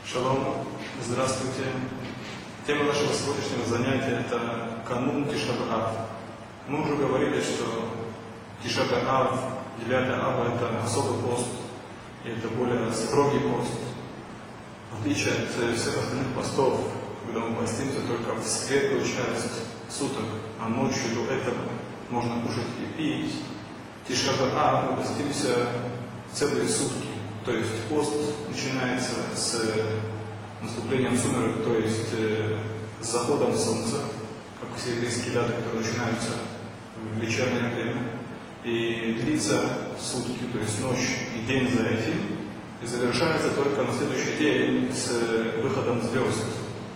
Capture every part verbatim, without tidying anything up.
Шалом, здравствуйте. Тема нашего сегодняшнего занятия – это канун Тиша б'Ав. Мы уже говорили, что Тиша б'Ав, девятое ава – это особый пост, и это более строгий пост. В отличие от всех остальных постов, когда мы постимся только в светлую часть суток, а ночью до этого можно кушать и пить, Тиша б'Ав мы постимся целые сутки. То есть пост начинается с наступлением сумерек, то есть э, с заходом солнца, как все еврейские даты, которые начинаются в вечернее время, и длится сутки, то есть ночь и день за этим, и завершается только на следующий день с выходом звезд.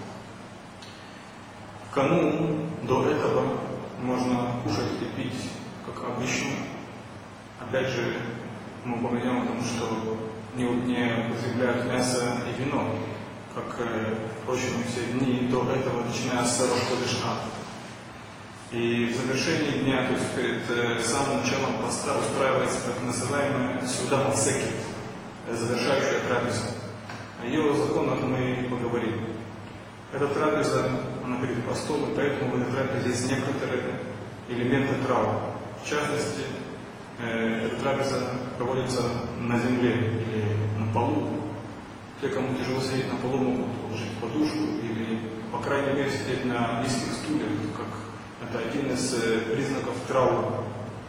В канун до этого можно кушать и пить, как обычно. Опять же, мы упомянем о том, что не, не употребляют мясо и вино, как, э, впрочем, все дни до этого, начиная с Рош ходеш Ав. И в завершении дня, то есть перед э, самым началом поста, устраивается так называемая сюда мацекет, завершающая трапеза. О ее законах мы поговорим. Эта трапеза, она перед постом, и поэтому в этой тропезе есть некоторые элементы траура. В частности, эта трапеза проводится на земле или на полу. Те, кому тяжело сидеть на полу, могут положить подушку или, по крайней мере, сидеть на низких стульях, как это один из признаков траура.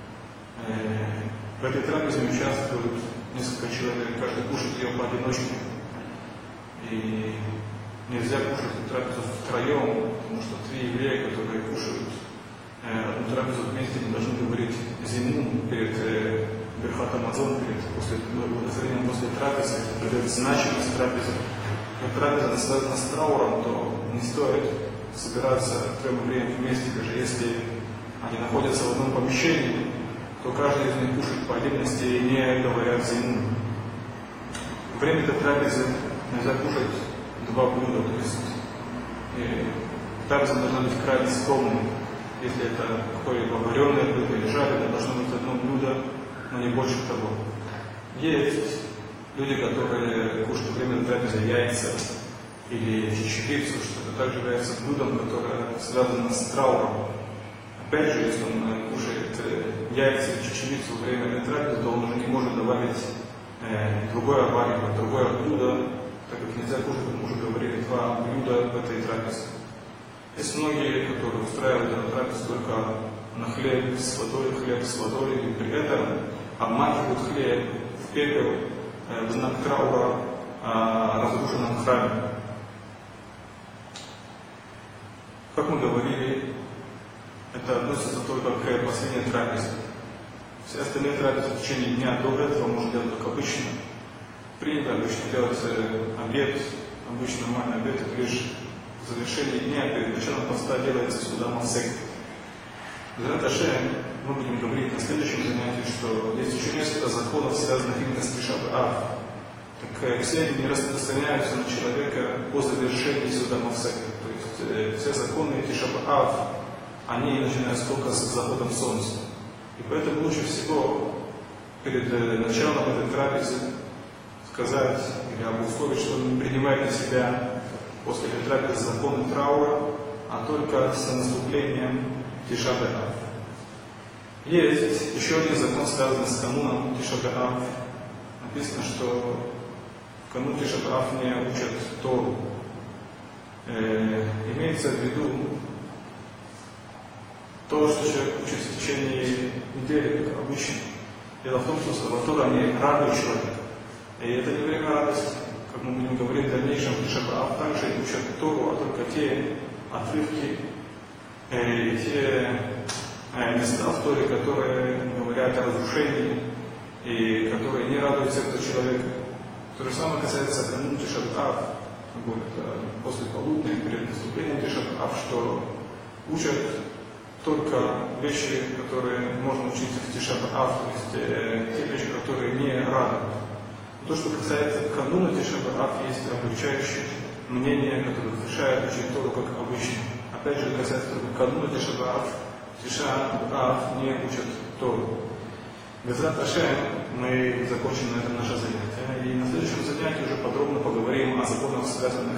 В этой трапезе участвуют несколько человек, каждый кушает ее поодиночке. И нельзя кушать эту трапезу втроем, потому что три еврея, которые кушают одну трапезу вместе, не должны говорить зиму перед э, Берхат Амазон, перед после благословением после трапезы, придает значимость трапезы. Если трапеза связана с трауром, то не стоит собираться трем евреям вместе, даже если они находятся в одном помещении, то каждый из них кушает по отдельности и не говорят зиму. Во время этой трапезы нельзя кушать два блюда, то есть э, трапеза должна быть крайне скромной. Если это какое-либо вареное блюдо или жареное, должно быть одно блюдо, но не больше того. Есть люди, которые кушают во время трапезы яйца или чечевицу, что это также является блюдом, которое связано с трауром. Опять же, если он кушает яйца или чечевицу во время трапезы, то он уже не может добавить э, другое варево, другое блюдо, так как нельзя кушать, мы уже говорили, два блюда в этой трапезе. Есть многие, которые устраивают эту трапезу только на хлеб с водой, хлеб с водой, и при этом обмакивают хлеб в пепел э, в знак траура о разрушенном храме. Как мы говорили, это относится только к последней трапезе. Все остальные трапезы в течение дня до этого можно делать как обычно. Принято обычно делать обед, обычно нормальный обед, это лишь в завершении дня, перед началом поста делается сюда мацекет. Б'эзрат Ашем мы будем говорить на следующем занятии, что есть еще несколько законов, связанных именно с Тиша б'Ав. Так все они не распространяются на человека по завершении сюда мацекет. То есть э, все законы Тиша б'Ав, они начинаются только с заходом солнца. И поэтому лучше всего перед э, началом этой трапезы сказать или обусловить, что он не принимает на себя после этой трапезы законы траура, а только с наступлением Тиша б'Ав. Есть еще один закон, связанный с кануном Тиша б'Ав. Написано, что в канун Тиша б'Ав не учат Тору. Э, имеется в виду то, что человек учит в течение недели, как обычно. Дело в том, что слова Тора, они радуют человека. И это не время радости. Как мы будем говорить в дальнейшем, Тиша б'Ав также учат Тору, а только те отрывки, э, те э, места в Торе, которые говорят о разрушении и которые не радуют сердце человека. То же самое касается кануна Тиша б'Ав, после полудня, перед наступлением Тиша б'Ав, что учат только вещи, которые можно учить в Тиша б'Ав, то есть э, те вещи, которые не радуют. То, что касается кануна Тиша б'Ав, есть облегчающее мнение, которое разрешает учить Тору как обычно. Опять же, касается только кануна Тиша б'Ав, Тиша б'Ав не учат Тору. Б'эзрат Ашем мы закончим на этом наше занятие. И на следующем занятии уже подробно поговорим о законах связаны